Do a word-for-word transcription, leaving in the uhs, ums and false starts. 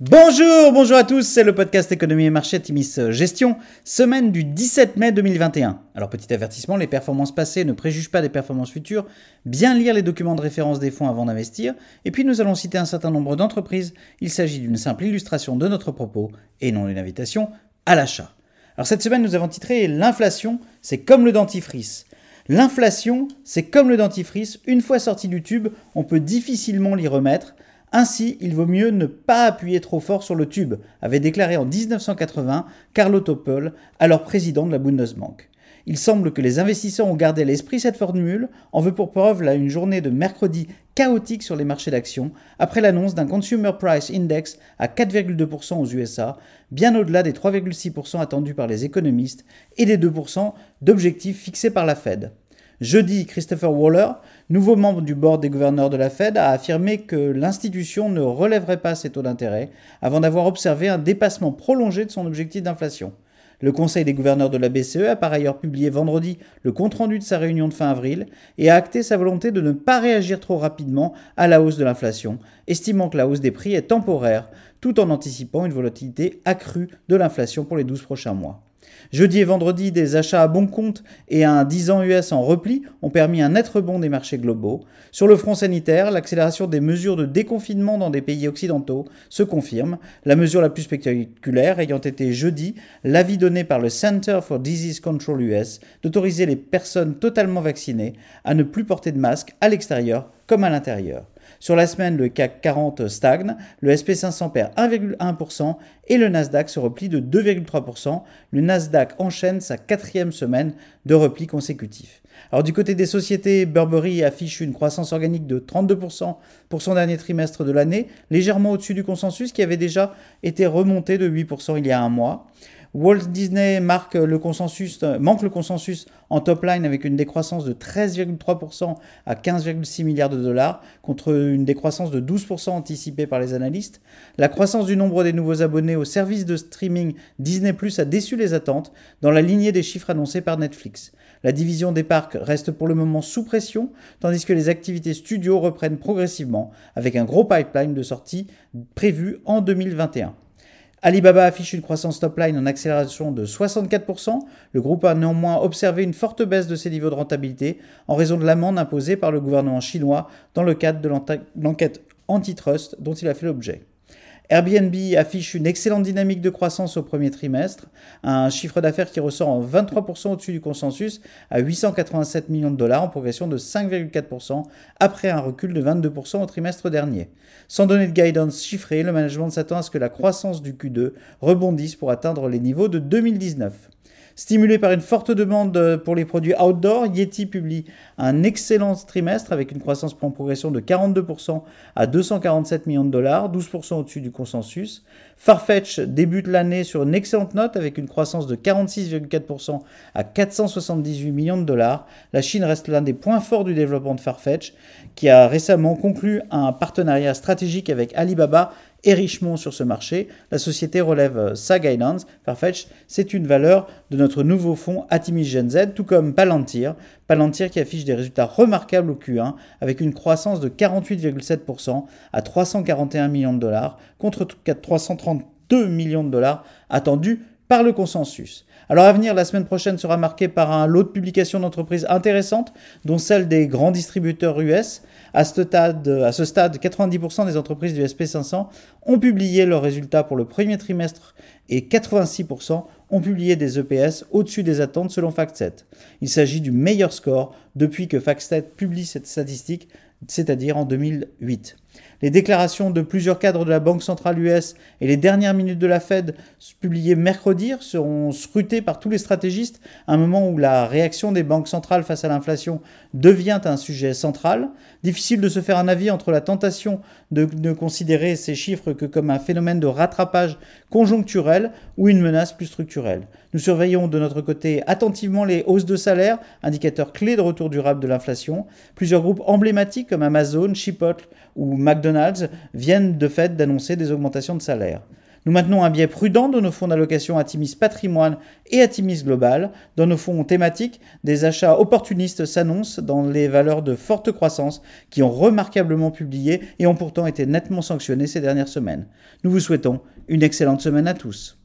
Bonjour, bonjour à tous, c'est le podcast Économie et Marché Timis Gestion, semaine du dix-sept mai deux mille vingt et un. Alors petit avertissement, les performances passées ne préjugent pas des performances futures, bien lire les documents de référence des fonds avant d'investir, et puis nous allons citer un certain nombre d'entreprises, il s'agit d'une simple illustration de notre propos et non d'une invitation à l'achat. Alors cette semaine nous avons titré « L'inflation, c'est comme le dentifrice ». L'inflation, c'est comme le dentifrice, une fois sorti du tube, on peut difficilement l'y remettre. Ainsi, il vaut mieux ne pas appuyer trop fort sur le tube, avait déclaré en dix-neuf cent quatre-vingts Carlo Toppel, alors président de la Bundesbank. Il semble que les investisseurs ont gardé à l'esprit cette formule, en veut pour preuve là une journée de mercredi chaotique sur les marchés d'actions, après l'annonce d'un Consumer Price Index à quatre virgule deux pour cent aux U S A, bien au-delà des trois virgule six pour cent attendus par les économistes et des deux pour cent d'objectifs fixés par la Fed. Jeudi, Christopher Waller, nouveau membre du board des gouverneurs de la Fed, a affirmé que l'institution ne relèverait pas ses taux d'intérêt avant d'avoir observé un dépassement prolongé de son objectif d'inflation. Le Conseil des gouverneurs de la B C E a par ailleurs publié vendredi le compte-rendu de sa réunion de fin avril et a acté sa volonté de ne pas réagir trop rapidement à la hausse de l'inflation, estimant que la hausse des prix est temporaire, tout en anticipant une volatilité accrue de l'inflation pour les douze prochains mois. Jeudi et vendredi, des achats à bon compte et un dix ans U S en repli ont permis un net rebond des marchés globaux. Sur le front sanitaire, l'accélération des mesures de déconfinement dans des pays occidentaux se confirme, la mesure la plus spectaculaire ayant été jeudi l'avis donné par le Center for Disease Control U S d'autoriser les personnes totalement vaccinées à ne plus porter de masque à l'extérieur comme à l'intérieur. Sur la semaine, le C A C quarante stagne, le S P cinq cents perd un virgule un pour cent et le Nasdaq se replie de deux virgule trois pour cent. Le Nasdaq enchaîne sa quatrième semaine de repli consécutif. Alors du côté des sociétés, Burberry affiche une croissance organique de trente-deux pour cent pour son dernier trimestre de l'année, légèrement au-dessus du consensus qui avait déjà été remonté de huit pour cent il y a un mois. Walt Disney marque le consensus, manque le consensus en top line avec une décroissance de treize virgule trois pour cent à quinze virgule six milliards de dollars contre une décroissance de douze pour cent anticipée par les analystes. La croissance du nombre des nouveaux abonnés au service de streaming Disney plus a déçu les attentes dans la lignée des chiffres annoncés par Netflix. La division des parcs reste pour le moment sous pression, tandis que les activités studio reprennent progressivement avec un gros pipeline de sorties prévu en deux mille vingt et un. Alibaba affiche une croissance top-line en accélération de soixante-quatre pour cent. Le groupe a néanmoins observé une forte baisse de ses niveaux de rentabilité en raison de l'amende imposée par le gouvernement chinois dans le cadre de l'enquête antitrust dont il a fait l'objet. Airbnb affiche une excellente dynamique de croissance au premier trimestre, un chiffre d'affaires qui ressort en vingt-trois pour cent au-dessus du consensus à huit cent quatre-vingt-sept millions de dollars en progression de cinq virgule quatre pour cent après un recul de vingt-deux pour cent au trimestre dernier. Sans donner de guidance chiffrée, le management s'attend à ce que la croissance du Q deux rebondisse pour atteindre les niveaux de deux mille dix-neuf. Stimulé par une forte demande pour les produits outdoor, Yeti publie un excellent trimestre avec une croissance en progression de quarante-deux pour cent à deux cent quarante-sept millions de dollars, douze pour cent au-dessus du consensus. Farfetch débute l'année sur une excellente note avec une croissance de quarante-six virgule quatre pour cent à quatre cent soixante-dix-huit millions de dollars. La Chine reste l'un des points forts du développement de Farfetch, qui a récemment conclu un partenariat stratégique avec Alibaba et Richemont sur ce marché. La société relève sa guidance. Farfetch, c'est une valeur de notre nouveau fonds Atimis Gen Z, tout comme Palantir. Palantir qui affiche des résultats remarquables au Q un avec une croissance de quarante-huit virgule sept pour cent à trois cent quarante et un millions de dollars contre trois cent trente-deux millions de dollars attendus par le consensus. Alors à venir, la semaine prochaine sera marquée par un lot de publications d'entreprises intéressantes, dont celle des grands distributeurs U S. À ce stade, à ce stade, quatre-vingt-dix pour cent des entreprises du S P cinq cents ont publié leurs résultats pour le premier trimestre et quatre-vingt-six pour cent ont publié des E P S au-dessus des attentes selon FactSet. Il s'agit du meilleur score depuis que FactSet publie cette statistique, c'est-à-dire en deux mille huit. Les déclarations de plusieurs cadres de la Banque centrale U S et les dernières minutes de la Fed publiées mercredi seront scrutées par tous les stratégistes à un moment où la réaction des banques centrales face à l'inflation devient un sujet central. Difficile de se faire un avis entre la tentation de ne considérer ces chiffres que comme un phénomène de rattrapage conjoncturel ou une menace plus structurelle. Nous surveillons de notre côté attentivement les hausses de salaire, indicateur clé de retour durable de l'inflation. Plusieurs groupes emblématiques comme Amazon, Chipotle ou McDonald's viennent de fait d'annoncer des augmentations de salaire. Nous maintenons un biais prudent dans nos fonds d'allocation Atimis Patrimoine et Atimis Global. Dans nos fonds thématiques, des achats opportunistes s'annoncent dans les valeurs de forte croissance qui ont remarquablement publié et ont pourtant été nettement sanctionnés ces dernières semaines. Nous vous souhaitons une excellente semaine à tous.